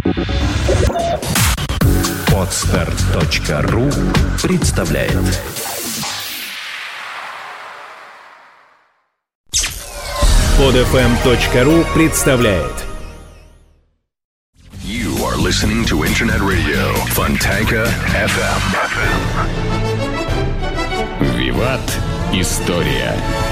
Podster.ru представляет. Podfm.ru представляет. You are listening to Internet Radio Fontanka FM. Виват. История.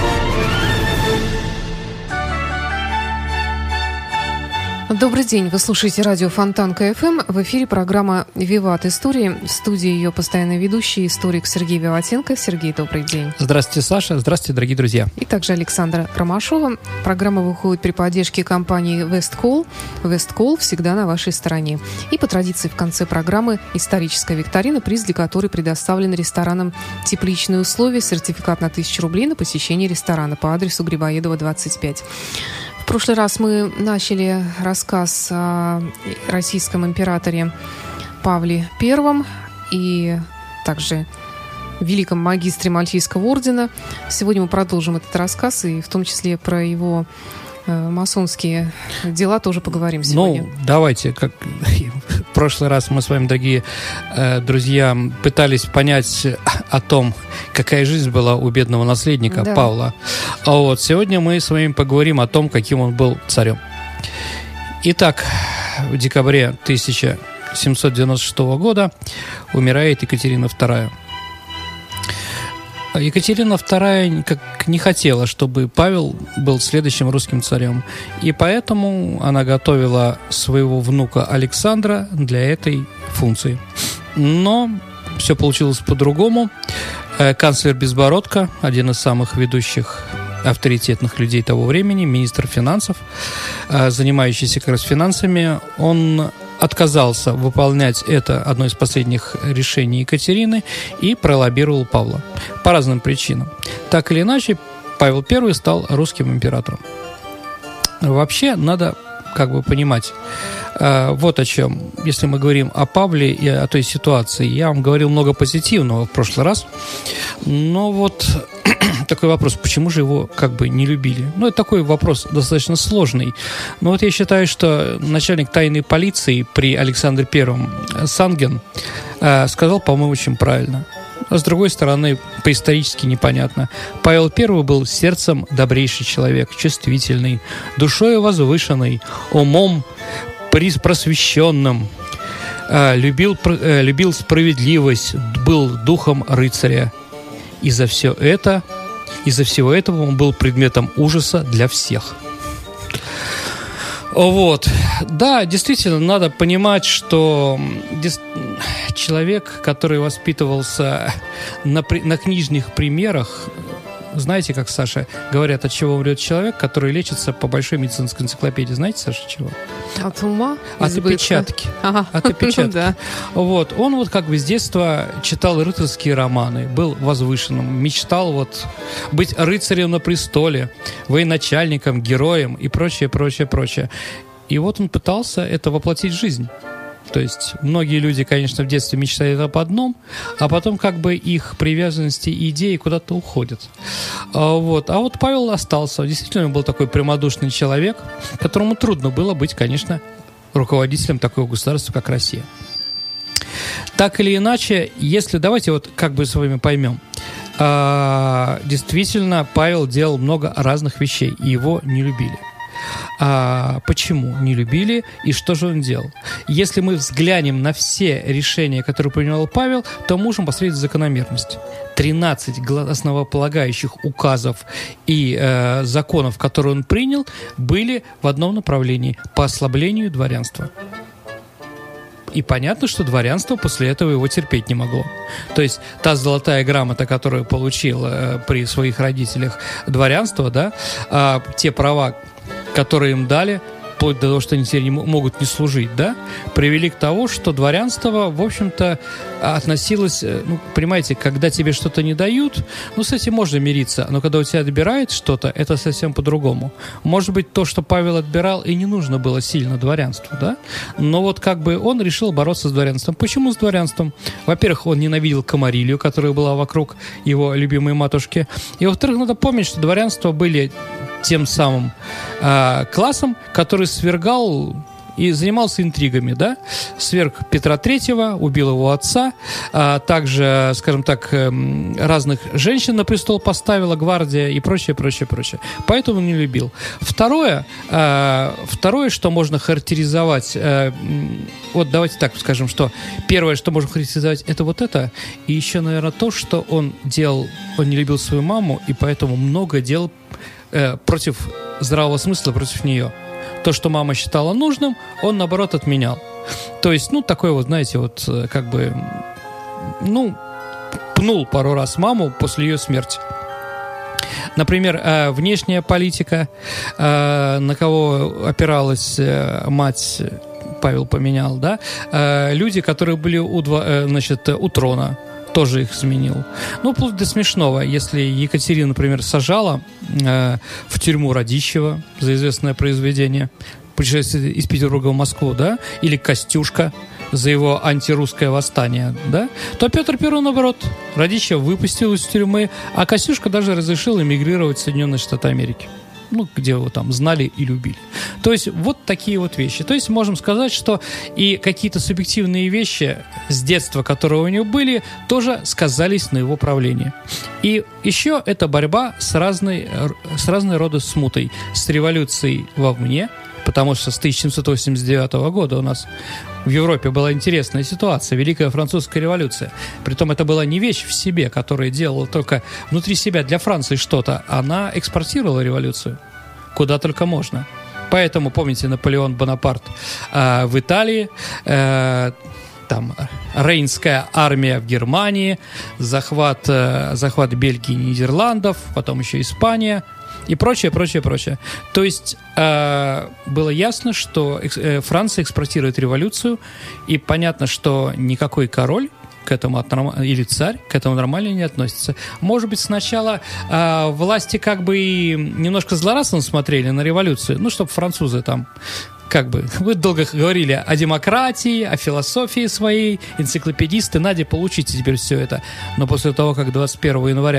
Добрый день, вы слушаете радио Фонтанка ФМ. В эфире программа «Виват. История». В студии ее постоянный ведущий, историк Сергей Виватенко. Сергей, добрый день. Здравствуйте, Саша. Здравствуйте, дорогие друзья. И также Александра Ромашова. Программа выходит при поддержке компании Весткол. Весткол всегда на вашей стороне. И по традиции в конце программы историческая викторина, приз для которой предоставлен рестораном «Тепличные условия», сертификат на 1000 рублей на посещение ресторана по адресу Грибоедова, 25. В прошлый раз мы начали рассказ о российском императоре Павле I и также великом магистре Мальтийского ордена. Сегодня мы продолжим этот рассказ, и в том числе про его масонские дела тоже поговорим сегодня. Ну, давайте, как в прошлый раз мы с вами, дорогие друзья, пытались понять о том, какая жизнь была у бедного наследника Павла. А вот сегодня мы с вами поговорим о том, каким он был царем. Итак, в декабре 1796 года умирает Екатерина II. Екатерина II не хотела, чтобы Павел был следующим русским царем. И поэтому она готовила своего внука Александра для этой функции. Но все получилось по-другому. Канцлер Безбородко, один из самых ведущих авторитетных людей того времени, министр финансов, занимающийся как раз финансами, он отказался выполнять это одно из последних решений Екатерины и пролоббировал Павла по разным причинам. Так или иначе, Павел I стал русским императором. Вообще, надо понимать вот о чем. Если мы говорим о Павле и о той ситуации, я вам говорил много позитивного в прошлый раз, но вот такой вопрос, почему же его не любили? Ну, это такой вопрос достаточно сложный. Но вот я считаю, что начальник тайной полиции при Александре I Санген сказал, по-моему, очень правильно. А с другой стороны, по-исторически непонятно. Павел I был сердцем добрейший человек, чувствительный, душою возвышенный, умом просвещенным, любил справедливость, был духом рыцаря. И за всего этого он был предметом ужаса для всех. Вот. Да, действительно, надо понимать, что человек, который воспитывался на книжных примерах, знаете, как, Саша, говорят, от чего умрет человек, который лечится по большой медицинской энциклопедии. Знаете, Саша, чего? От ума? От опечатки. Ага. От опечатки. Да. Вот. Он с детства читал рыцарские романы, был возвышенным, мечтал быть рыцарем на престоле, военачальником, героем и прочее, прочее, прочее. И вот он пытался это воплотить в жизнь. То есть многие люди, конечно, в детстве мечтают об одном, а потом их привязанности и идеи куда-то уходят. А вот Павел остался. Действительно, он был такой прямодушный человек, которому трудно было быть, конечно, руководителем такого государства, как Россия. Так или иначе, давайте с вами поймем. Действительно, Павел делал много разных вещей, и его не любили. Почему не любили и что же он делал? Если мы взглянем на все решения, которые принимал Павел, то можем посмотреть закономерность. 13 основополагающих указов и законов, которые он принял, были в одном направлении – по ослаблению дворянства. И понятно, что дворянство после этого его терпеть не могло. То есть та золотая грамота, которую получил при своих родителях дворянство, те права, которые им дали, вплоть до того, что они теперь не могут не служить, привели к тому, что дворянство, в общем-то, относилось, понимаете, когда тебе что-то не дают, с этим можно мириться, но когда у тебя отбирают что-то, это совсем по-другому. Может быть, то, что Павел отбирал, и не нужно было сильно дворянству, но он решил бороться с дворянством. Почему с дворянством? Во-первых, он ненавидел комарилью, которая была вокруг его любимой матушки, и во-вторых, надо помнить, что дворянство были тем самым классом, который свергал и занимался интригами, да, сверг Петра Третьего, убил его отца, а также, скажем так, разных женщин на престол поставила гвардия и прочее. Поэтому не любил. Второе, что можно характеризовать, вот давайте так скажем, что первое, что можно характеризовать, это вот это, и еще, наверное, то, что он не любил свою маму, и поэтому много делал против здравого смысла, против нее. То, что мама считала нужным, он, наоборот, отменял. То есть, такой вот, знаете, вот, как бы, пнул пару раз маму после ее смерти. Например, внешняя политика, на кого опиралась мать, Павел поменял, да? Люди, которые были у трона, тоже их сменил. Вплоть до смешного. Если Екатерина, например, сажала в тюрьму Радищева за известное произведение «Путешествие из Петербурга в Москву», да, или Костюшка за его антирусское восстание, да, то Петр I, наоборот, Радищева выпустил из тюрьмы, а Костюшка даже разрешил эмигрировать в Соединенные Штаты Америки. Где его там знали и любили. То есть вот такие вот вещи. То есть можем сказать, что и какие-то субъективные вещи с детства, которые у него были, тоже сказались на его правлении. И еще это борьба с разной рода смутой, с революцией вовне, потому что с 1789 года у нас в Европе была интересная ситуация, Великая Французская революция. Притом это была не вещь в себе, которая делала только внутри себя для Франции что-то. Она экспортировала революцию куда только можно. Поэтому, помните, Наполеон Бонапарт в Италии, там Рейнская армия в Германии, захват Бельгии и Нидерландов, потом еще Испания и прочее. То есть было ясно, что Франция экспортирует революцию, и понятно, что никакой король к этому или царь к этому нормально не относится. Может быть, сначала власти как бы и немножко злорадственно смотрели на революцию, чтобы французы там вы долго говорили о демократии, о философии своей, энциклопедисты, Надя, получите теперь все это. Но после того, как 21 января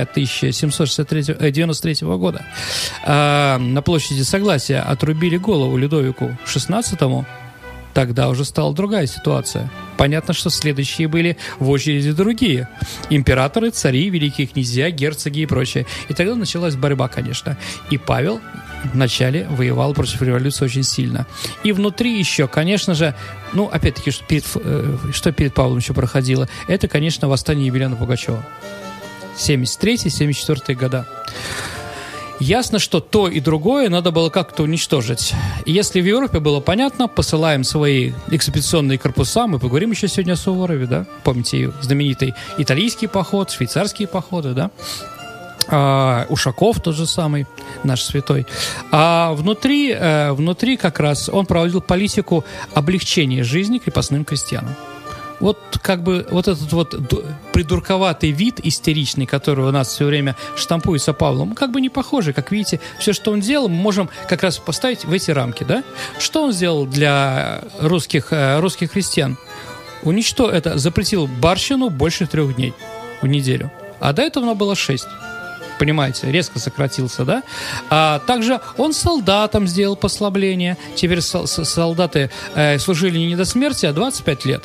1793 года на площади Согласия отрубили голову Людовику XVI, тогда уже стала другая ситуация. Понятно, что следующие были в очереди другие. Императоры, цари, великие князья, герцоги и прочее. И тогда началась борьба, конечно. И Павел вначале воевал против революции очень сильно. И внутри еще, конечно же, опять-таки, что перед Павлом еще проходило, это, конечно, восстание Емельяна Пугачева. 73-74 года. Ясно, что то и другое надо было как-то уничтожить. И если в Европе было понятно, посылаем свои экспедиционные корпуса, мы поговорим еще сегодня о Суворове, да? Помните знаменитый итальянский поход, швейцарские походы, да? Ушаков тот же самый, наш святой. А внутри как раз он проводил политику облегчения жизни крепостным крестьянам. Вот этот придурковатый вид истеричный, который у нас все время штампуется Павлом, не похожий. Как видите, все, что он делал, мы можем как раз поставить в эти рамки, да? Что он сделал для русских крестьян? Запретил барщину больше 3 дней в неделю. А до этого было 6. Понимаете, резко сократился, да? А также он солдатам сделал послабление. Теперь солдаты служили не до смерти, а 25 лет.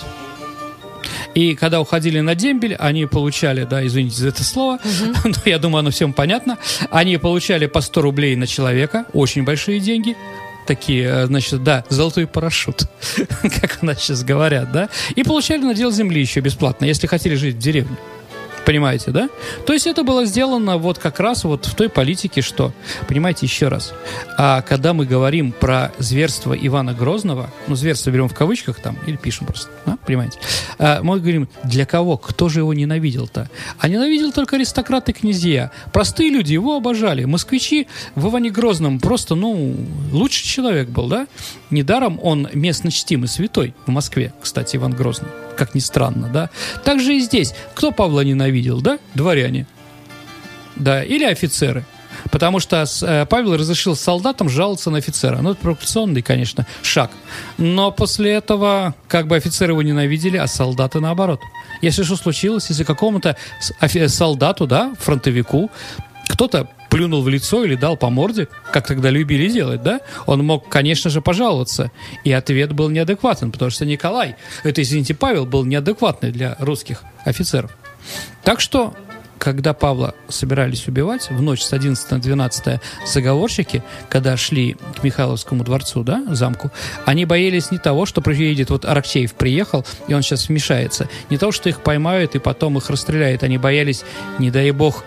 И когда уходили на дембель, они получали, да, извините за это слово, но я думаю, оно всем понятно, они получали по 100 рублей на человека, очень большие деньги, такие, золотой парашют, как у нас сейчас говорят, да, и получали надел земли еще бесплатно, если хотели жить в деревне. Понимаете, да? То есть это было сделано как раз в той политике, что, понимаете, еще раз, когда мы говорим про зверство Ивана Грозного, зверство берем в кавычках там, или пишем просто, да? Понимаете? Мы говорим, для кого? Кто же его ненавидел-то? А ненавидел только аристократы и князья. Простые люди его обожали. Москвичи в Иване Грозном просто, лучший человек был, да? Недаром он местно чтимый святой в Москве, кстати, Иван Грозный. Как ни странно, да? Так же и здесь. Кто Павла ненавидел, да? Дворяне. Да, или офицеры. Потому что Павел разрешил солдатам жаловаться на офицера. Это провокационный, конечно, шаг. Но после этого офицеры его ненавидели, а солдаты наоборот. Если что случилось, если какому-то солдату, да, фронтовику, кто-то плюнул в лицо или дал по морде, как тогда любили делать, да? Он мог, конечно же, пожаловаться. И ответ был неадекватен, потому что Николай, извините, Павел был неадекватный для русских офицеров. Так что, когда Павла собирались убивать, в ночь с 11 на 12 заговорщики, когда шли к Михайловскому дворцу, да, замку, они боялись не того, что приедет, вот Аракчеев приехал, и он сейчас вмешается, не того, что их поймают и потом их расстреляют. Они боялись, не дай бог,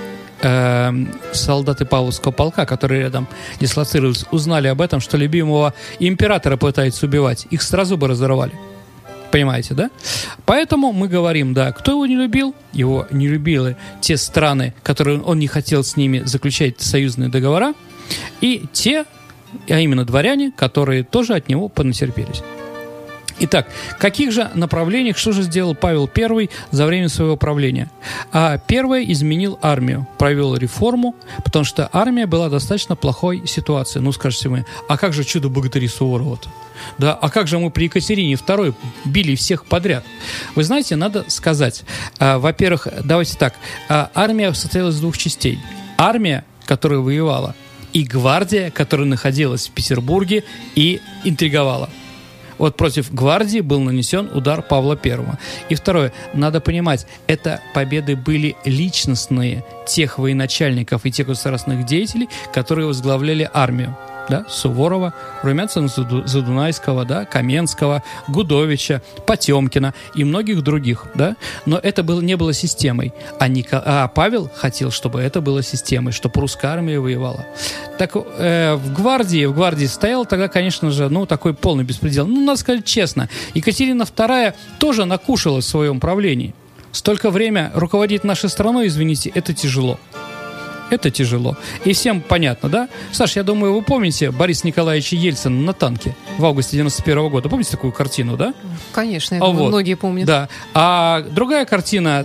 солдаты Павловского полка, которые рядом дислоцировались, узнали об этом, что любимого императора пытаются убивать. Их сразу бы разорвали. Понимаете, да? Поэтому мы говорим, да, кто его не любил? Его не любили те страны, которые он не хотел с ними заключать союзные договора, и те, а именно дворяне, которые тоже от него понатерпелись. Итак, в каких же направлениях, что же сделал Павел I за время своего правления? Первое, изменил армию, провел реформу, потому что армия была в достаточно плохой ситуации. Ну, скажете вы, а как же чудо-богатыри Суворова-то? Да, а как же мы при Екатерине II били всех подряд? Вы знаете, надо сказать, во-первых, давайте так, армия состояла из двух частей. Армия, которая воевала, и гвардия, которая находилась в Петербурге и интриговала. Вот против гвардии был нанесен удар Павла I. И второе, надо понимать, это победы были личностные тех военачальников и тех государственных деятелей, которые возглавляли армию. Да, Суворова, Румянцева-Задунайского, да, Каменского, Гудовича, Потемкина и многих других, да, но это не было системой, а Павел хотел, чтобы это было системой, чтобы русская армия воевала. Так в гвардии стоял тогда, конечно же, такой полный беспредел. Надо сказать честно, Екатерина II тоже накушала в своем правлении. Столько время руководить нашей страной, извините, это тяжело. Это тяжело. И всем понятно, да? Саш, я думаю, вы помните Бориса Николаевича Ельцина на танке в августе 91 года? Помните такую картину, да? Конечно, я думаю, многие помнят. Да. А другая картина,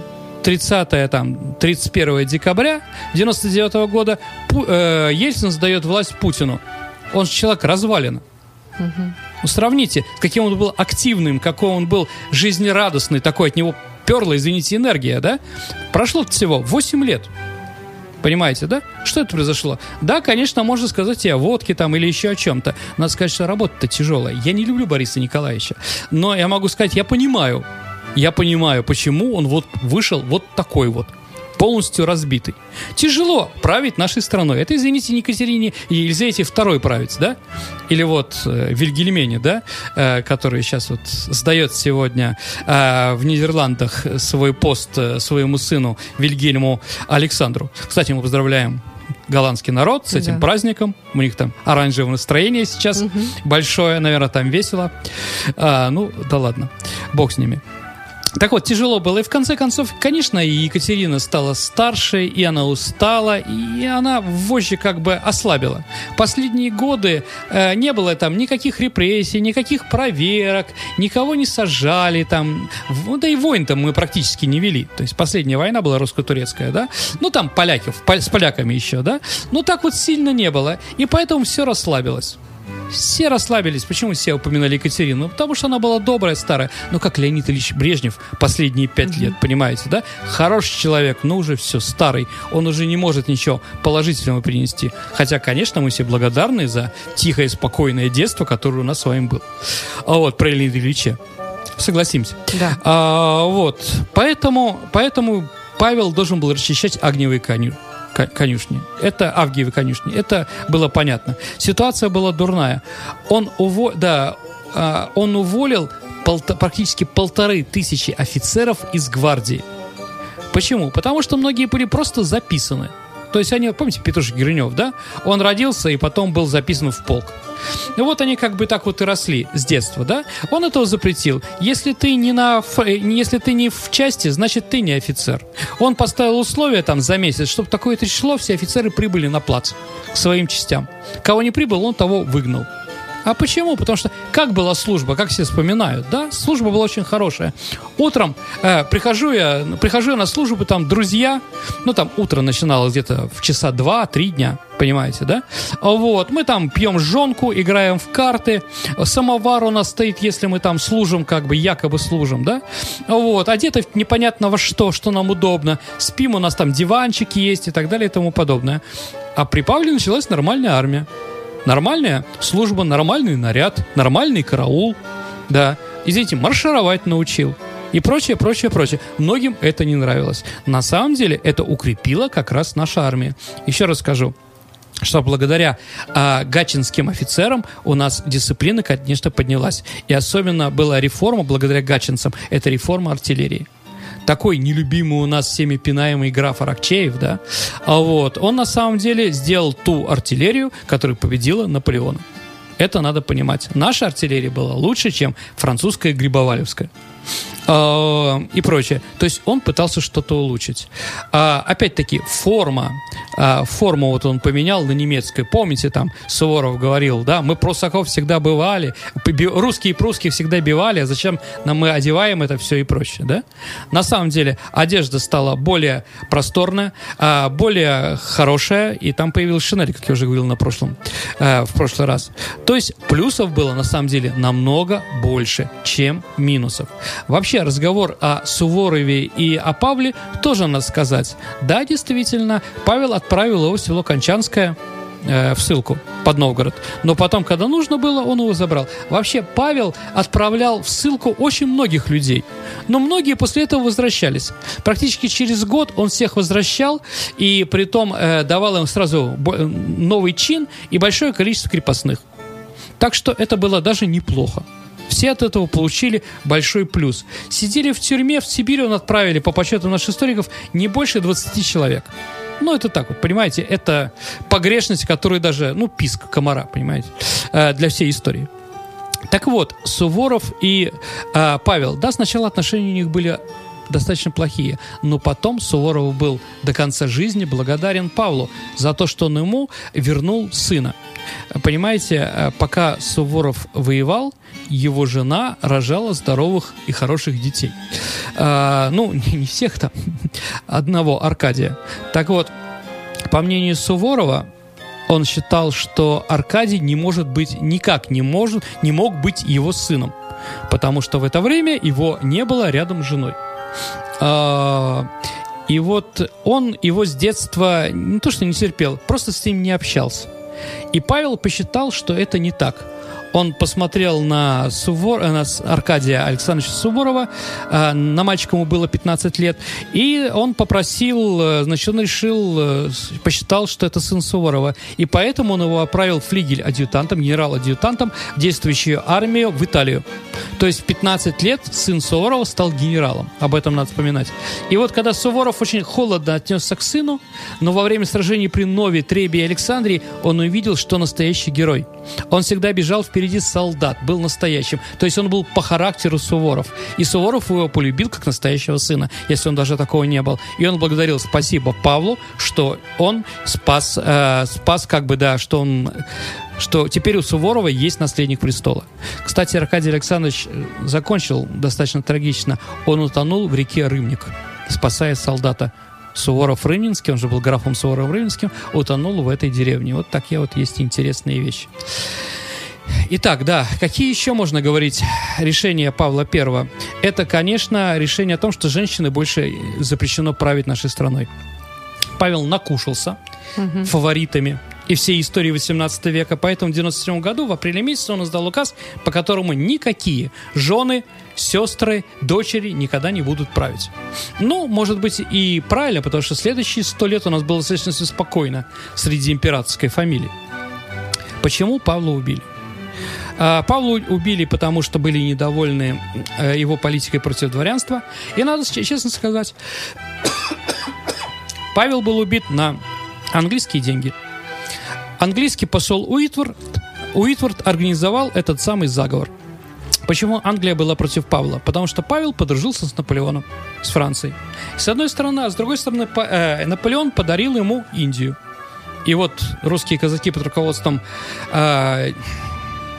31 декабря 99 года, Ельцин сдает власть Путину. Он же человек развалин. Угу. Сравните, каким он был активным, какой он был жизнерадостный, такой от него перла, извините, энергия, да? Прошло всего 8 лет. Понимаете, да? Что это произошло? Да, конечно, можно сказать и о водке там или еще о чем-то. Надо сказать, что работа-то тяжелая. Я не люблю Бориса Николаевича. Но я могу сказать, я понимаю, почему он вот вышел вот такой вот, полностью разбитый. Тяжело править нашей страной. Это, извините, не Екатерине и Елизавете II править, да? Или вот Вильгельмене, да? Который сейчас вот сдает сегодня в Нидерландах свой пост своему сыну Вильгельму Александру. Кстати, мы поздравляем голландский народ с этим праздником. У них там оранжевое настроение сейчас большое, наверное, там весело. Да ладно, бог с ними. Так вот, тяжело было. И в конце концов, конечно, и Екатерина стала старше, и она устала, и она вожжи как бы ослабила. Последние годы не было там никаких репрессий, никаких проверок, никого не сажали там. Да и войн-то мы практически не вели. То есть последняя война была русско-турецкая, да? Там с поляками еще, да? Так вот сильно не было. И поэтому все расслабилось. Все расслабились. Почему все упоминали Екатерину? Потому что она была добрая, старая. Как Леонид Ильич Брежнев последние 5 лет, понимаете, да? Хороший человек, но уже все, старый. Он уже не может ничего положительного принести. Хотя, конечно, мы все благодарны за тихое, спокойное детство, которое у нас с вами было. Про Леонида Ильича. Согласимся. Да. Поэтому Павел должен был расчищать огневые конюшни. Это Авгиевы конюшни. Это было понятно. Ситуация была дурная. Он уволил практически 1500 офицеров из гвардии. Почему? Потому что многие были просто записаны. То есть они, помните, Петрушек Гринев, да? Он родился и потом был записан в полк. Они как бы так вот и росли с детства, да? Он этого запретил. Если ты не в части, значит ты не офицер. Он поставил условия там за месяц, чтобы такое-то число все офицеры прибыли на плац к своим частям. Кого не прибыл, он того выгнал. А почему? Потому что как была служба, как все вспоминают, да? Служба была очень хорошая. Утром прихожу я на службу, там друзья, там утро начиналось где-то в часа 2-3 дня, понимаете, да? Вот, мы там пьем жжёнку, играем в карты, самовар у нас стоит, если мы там служим, якобы служим, да? Вот, одеты непонятно во что нам удобно, спим, у нас там диванчики есть и так далее и тому подобное. А при Павле началась нормальная армия. Нормальная служба, нормальный наряд, нормальный караул, да. Извините, маршировать научил. И прочее. Многим это не нравилось. На самом деле это укрепило как раз наша армия. Еще раз скажу, что благодаря гатчинским офицерам у нас дисциплина, конечно, поднялась. И особенно была реформа благодаря гатчинцам. Это реформа артиллерии. Такой нелюбимый у нас всеми пинаемый граф Аракчеев, да, он на самом деле сделал ту артиллерию, которая победила Наполеона. Это надо понимать. Наша артиллерия была лучше, чем французская Грибовалевская. И прочее. То есть он пытался что-то улучшить. Опять-таки, форму вот он поменял на немецкую. Помните, там Суворов говорил, да, мы прусаков всегда бывали, русские и прусские всегда бивали, а зачем мы одеваем это все и прочее, да? На самом деле, одежда стала более просторная, более хорошая, и там появилась шинель, как я уже говорил в прошлый раз. То есть плюсов было, на самом деле, намного больше, чем минусов. Вообще, разговор о Суворове и о Павле тоже надо сказать. Да, действительно, Павел отправил его в село Кончанское в ссылку под Новгород. Но потом, когда нужно было, он его забрал. Вообще, Павел отправлял в ссылку очень многих людей. Но многие после этого возвращались. Практически через год он всех возвращал, и притом давал им сразу новый чин и большое количество крепостных. Так что это было даже неплохо. Все от этого получили большой плюс. Сидели в тюрьме, в Сибирь он отправили, по подсчетам наших историков, не больше 20 человек. Это так вот, понимаете, это погрешность, которая даже, писк комара, понимаете, для всей истории. Так вот, Суворов и Павел, да, сначала отношения у них были достаточно плохие, но потом Суворов был до конца жизни благодарен Павлу за то, что он ему вернул сына. Понимаете, пока Суворов воевал, его жена рожала здоровых и хороших детей. Не всех там, одного, Аркадия. Так вот, по мнению Суворова, он считал, что Аркадий никак не мог быть его сыном, потому что в это время его не было рядом с женой. И вот он его с детства не то что не терпел, просто с ним не общался. И Павел посчитал, что это не так. Он посмотрел на Аркадия Александровича Суворова, на мальчика ему было 15 лет, и он посчитал, что это сын Суворова, и поэтому он его отправил флигель-адъютантом, генерал-адъютантом в действующую армию в Италию. То есть в 15 лет сын Суворова стал генералом, об этом надо вспоминать. И вот когда Суворов очень холодно отнесся к сыну, но во время сражений при Нове, Требе и Александрии он увидел, что настоящий герой. Он всегда бежал впереди солдат, был настоящим. То есть он был по характеру Суворов. И Суворов его полюбил как настоящего сына, если он даже такого не был. И он благодарил спасибо Павлу, что он спас что теперь у Суворова есть наследник престола. Кстати, Аркадий Александрович закончил достаточно трагично. Он утонул в реке Рымник, спасая солдата. Суворов-Рымнинский, он же был графом Суворов-Рымнинским, утонул в этой деревне. Вот такие вот есть интересные вещи. Итак, да, какие еще можно говорить решения Павла I? Это, конечно, решение о том, что женщины больше запрещено править нашей страной. Павел накушался фаворитами и всей истории 18 века, поэтому в 1997 году, в апреле месяце, он издал указ, по которому никакие жены, сестры, дочери никогда не будут править. Может быть и правильно, потому что следующие 100 лет у нас было достаточно все спокойно среди императорской фамилии. Почему Павла убили? Павла убили, потому что были недовольны его политикой против дворянства. И надо честно сказать, Павел был убит на английские деньги. Английский посол Уитворд организовал этот самый заговор. Почему Англия была против Павла? Потому что Павел подружился с Наполеоном, с Францией. С одной стороны, а с другой стороны, Наполеон подарил ему Индию. И вот русские казаки под руководством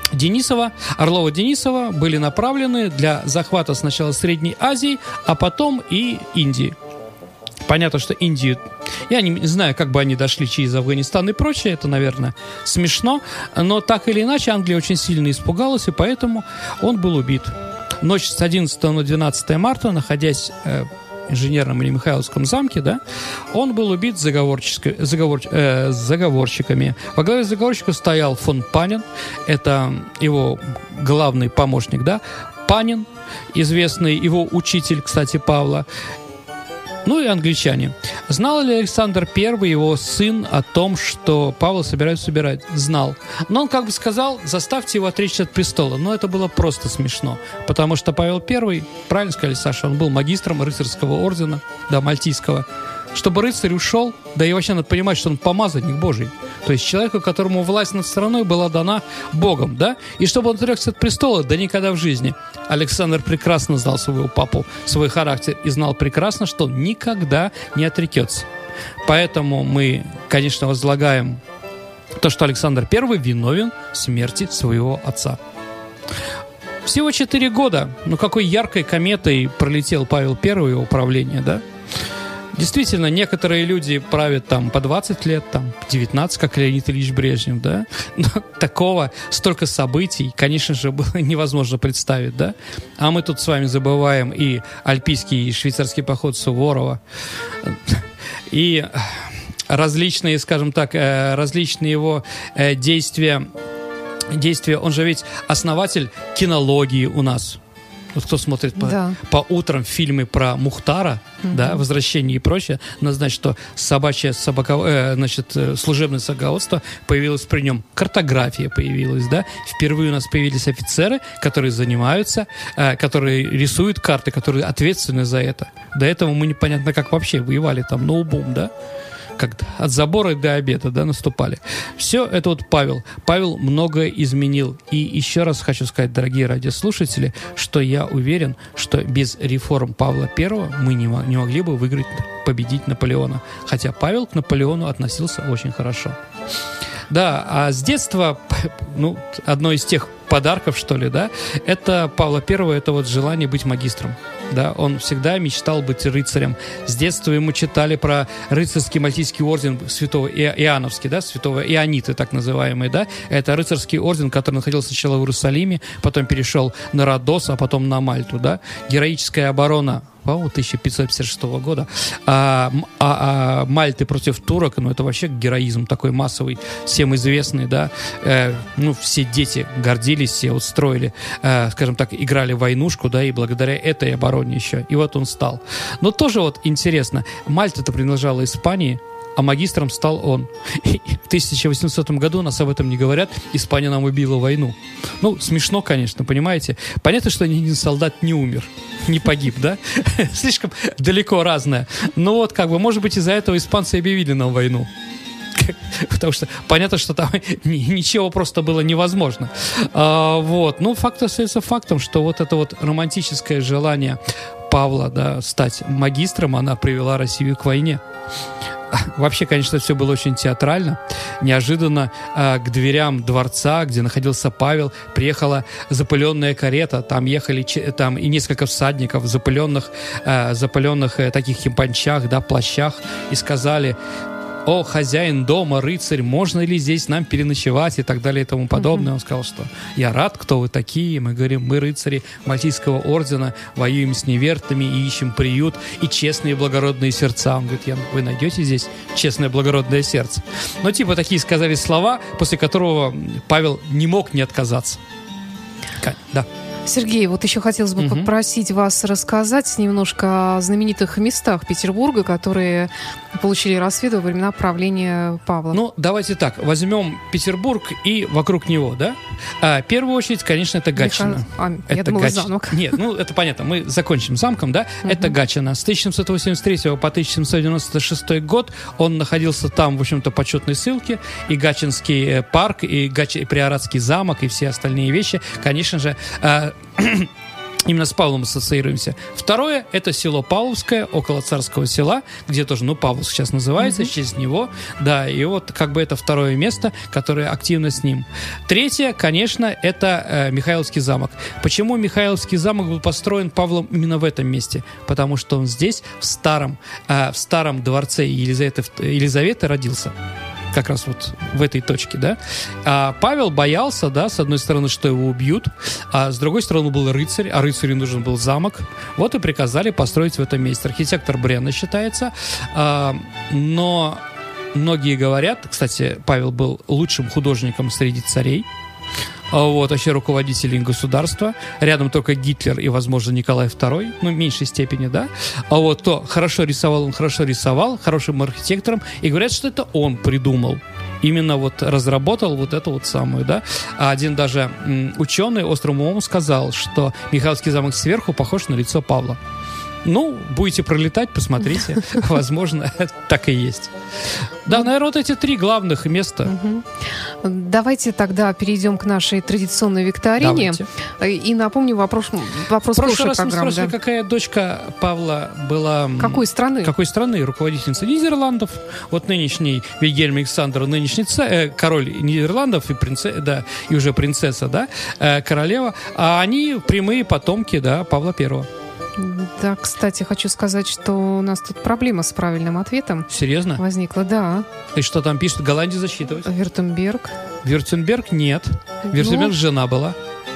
Орлова-Денисова были направлены для захвата сначала Средней Азии, а потом и Индии. Понятно, что Индию... Я не знаю, как бы они дошли через Афганистан и прочее, это, наверное, смешно, но так или иначе Англия очень сильно испугалась, и поэтому он был убит. Ночь с 11 на 12 марта, находясь в инженерном или Михайловском замке, да, он был убит заговорщиками. Во главе заговорщиков стоял фон Панин, это его главный помощник, да, Панин, известный его учитель, кстати, Павла, ну и англичане. Знал ли Александр I, его сын, о том, что Павла собираются убирать? Знал. Но он как бы сказал, заставьте его отречься от престола. Но это было просто смешно. Потому что Павел I, правильно сказали, Саша, он был магистром рыцарского ордена, да, мальтийского. Чтобы рыцарь ушел, да и вообще надо понимать, что он помазанник Божий. То есть человеку, которому власть над страной была дана Богом, да? И чтобы он отрекся от престола, да никогда в жизни. Александр прекрасно знал своего папу, свой характер, и знал прекрасно, что он никогда не отрекется. Поэтому мы, конечно, возлагаем то, что Александр I виновен в смерти своего отца. Всего 4 года, ну какой яркой кометой пролетел Павел I его правление, да? Действительно, некоторые люди правят там по 20 лет, там 19, как Леонид Ильич Брежнев, да? Но такого, столько событий, конечно же, было невозможно представить, да? А мы тут с вами забываем и альпийский, и швейцарский поход Суворова, и различные, скажем так, различные его действия. Он же ведь основатель кинологии у нас. Вот кто смотрит по утрам фильмы про Мухтара, да, «Возвращение» и прочее, надо знать, что служебное садоводство появилось при нем, картография появилась, да, впервые у нас появились офицеры, которые занимаются, которые рисуют карты, которые ответственны за это. До этого мы непонятно как вообще воевали там наобум, да, как от забора до обеда, да, наступали. Все это вот Павел. Павел многое изменил. И еще раз хочу сказать, дорогие радиослушатели, что я уверен, что без реформ Павла I мы не могли бы победить Наполеона. Хотя Павел к Наполеону относился очень хорошо. Да, а с детства, ну, одно из тех подарков, что ли, да, это Павла I, это вот желание быть магистром. Да, он всегда мечтал быть рыцарем. С детства ему читали про рыцарский мальтийский орден святого Иоанновский, да, святого Иониты, так называемый, да. Это рыцарский орден, который находился сначала в Иерусалиме, потом перешел на Родос, а потом на Мальту, да. Героическая оборона 1556 года. Мальты против турок, ну, это вообще героизм такой массовый, всем известный, да. Ну, все дети гордились, все устроили, скажем так, играли в войнушку, да, и благодаря этой обороне еще. И вот он стал. Но тоже вот интересно, Мальта-то принадлежала Испании, а магистром стал он. И в 1800 году, нас об этом не говорят, Испания нам убила войну. Ну, смешно, конечно, понимаете. Понятно, что ни один солдат не умер, не погиб, да? Слишком далеко разное. Но вот как бы, может быть, из-за этого испанцы объявили нам войну. Потому что понятно, что там ничего просто было невозможно. Вот. Ну, факт остается фактом, что вот это вот романтическое желание Павла, да, стать магистром, она привела Россию к войне. Вообще, конечно, все было очень театрально. Неожиданно к дверям дворца, где находился Павел, приехала запыленная карета. Там ехали там и несколько всадников в запыленных таких химпанчах, да, плащах, и сказали: «О, хозяин дома, рыцарь, можно ли здесь нам переночевать?» и так далее и тому подобное. Он сказал, что «Я рад, кто вы такие». Мы говорим: «Мы рыцари Мальтийского ордена, воюем с невертами и ищем приют и честные благородные сердца». Он говорит: «Вы найдете здесь честное благородное сердце?» Ну, типа такие сказали слова, после которого Павел не мог не отказаться. Да. Сергей, вот еще хотелось бы попросить вас рассказать немножко о знаменитых местах Петербурга, которые получили рассвет во времена правления Павла. Ну, давайте так, возьмем Петербург и вокруг него, да? В первую очередь, конечно, это Гатчина. Я думала, замок. Нет, ну, это понятно, мы закончим замком, да? Это Гатчина. С 1783 по 1796 год он находился там, в общем-то, почетной ссылке, и Гатчинский парк, и Приоратский замок, и все остальные вещи, конечно же, Именно с Павлом ассоциируемся. Второе – это село Павловское, около Царского села, где тоже, Павловск сейчас называется, в честь него. Да, и вот как бы это второе место, которое активно с ним. Третье, конечно, это Михайловский замок. Почему Михайловский замок был построен Павлом именно в этом месте? Потому что он здесь, в старом дворце Елизаветы родился. Как раз вот в этой точке, да. А Павел боялся, да, с одной стороны, что его убьют, а с другой стороны был рыцарь, а рыцарю нужен был замок. Вот и приказали построить в этом месте. Архитектор Бренна считается, но многие говорят, кстати, Павел был лучшим художником среди царей, вообще руководителей государства. Рядом только Гитлер и, возможно, Николай II, в меньшей степени, да. То хорошо рисовал, хорошим архитектором. И говорят, что это он придумал. Именно разработал эту самую, да. А один даже ученый острым умом сказал, что Михайловский замок сверху похож на лицо Павла. Будете пролетать, посмотрите. Возможно, так и есть. Да, наверное, эти 3 главных места. Давайте тогда перейдем к нашей традиционной викторине. Давайте. И напомню вопрос прошлой программы. Мы спрашивали, какая дочка Павла была... Какой страны? Руководительница Нидерландов. Нынешний Вильгельм Александр, нынешний король Нидерландов и уже принцесса, да, королева. А они прямые потомки, да, Павла I. Да, кстати, хочу сказать, что у нас тут проблема с правильным ответом. Серьезно? Возникла, да. И что там пишут? Голландия засчитывать? Вюртемберг нет. Вюртемберг жена была.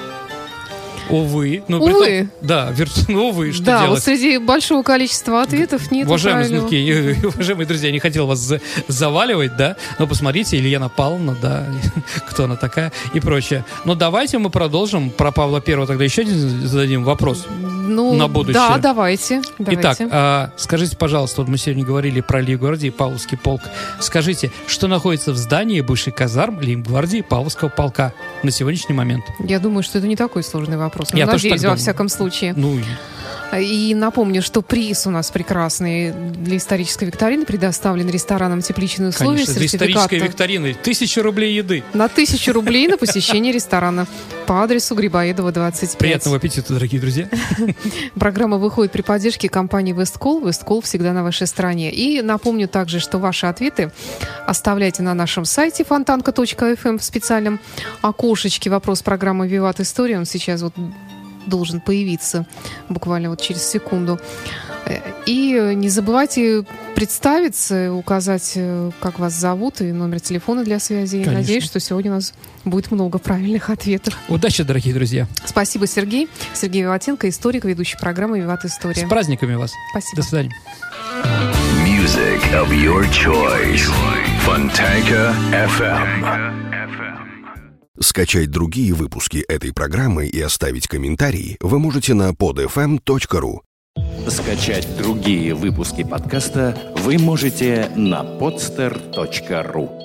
Увы. Увы. Увы, что делать? Да, среди большого количества ответов нет уважаемые друзья, я не хотел вас заваливать, да, но посмотрите, Ильяна Павловна, да, кто она такая и прочее. Но давайте мы продолжим про Павла I, тогда еще один зададим вопрос на будущее. Да, давайте. Итак, скажите, пожалуйста, мы сегодня говорили про Лейб-гвардии, Павловский полк. Скажите, что находится в здании бывшей казарм Лейб-гвардии Павловского полка на сегодняшний момент? Я думаю, что это не такой сложный вопрос. Надеюсь, во всяком случае. И напомню, что приз у нас прекрасный для исторической викторины предоставлен рестораном «Тепличные условия». Конечно, для исторической викторины 1000 рублей еды. На 1000 рублей на посещение ресторана по адресу Грибоедова, 25. Приятного аппетита, дорогие друзья. Программа выходит при поддержке компании Westcall. Westcall всегда на вашей стороне. И напомню также, что ваши ответы оставляйте на нашем сайте fontanka.fm в специальном окошечке. Вопрос программы «Виват История». Он сейчас должен появиться буквально через секунду. И не забывайте представиться, указать, как вас зовут и номер телефона для связи. Конечно. Надеюсь, что сегодня у нас будет много правильных ответов. Удачи, дорогие друзья. Спасибо, Сергей. Сергей Виватенко, историк, ведущий программы «Виват История». С праздниками вас. Спасибо. До свидания. Music of your choice. Fontanka FM. Скачать другие выпуски этой программы и оставить комментарии вы можете на podfm.ru. Скачать другие выпуски подкаста вы можете на podster.ru.